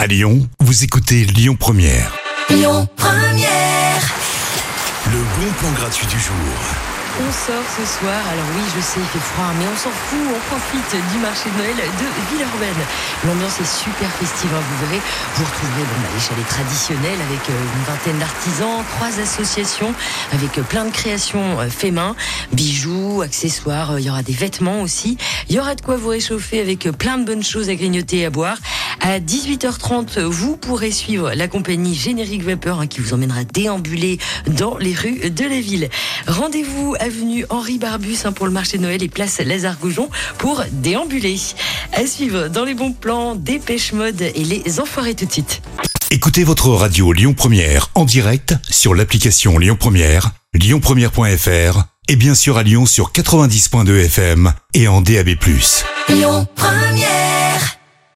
À Lyon, vous écoutez Lyon Première. Lyon Première. Le bon plan gratuit du jour. On sort ce soir, alors oui je sais il fait froid mais on s'en fout, on profite du marché de Noël de Villeurbanne. L'ambiance est super festive, vous verrez, vous retrouverez les chalets traditionnels avec une vingtaine d'artisans, 3 associations avec plein de créations fait main, bijoux, accessoires, il y aura des vêtements aussi, il y aura de quoi vous réchauffer avec plein de bonnes choses à grignoter et à boire. À 18h30, vous pourrez suivre la compagnie Générique Vapeur qui vous emmènera déambuler dans les rues de la ville. Rendez-vous avenue Henri Barbus pour le marché de Noël et place Lazare Goujon pour déambuler. À suivre dans les bons plans, Dépêche Mode et les Enfoirés tout de suite. Écoutez votre radio Lyon Première en direct sur l'application Lyon Première, lyonpremière.fr et bien sûr à Lyon sur 90.2 FM et en DAB+. Lyon Première.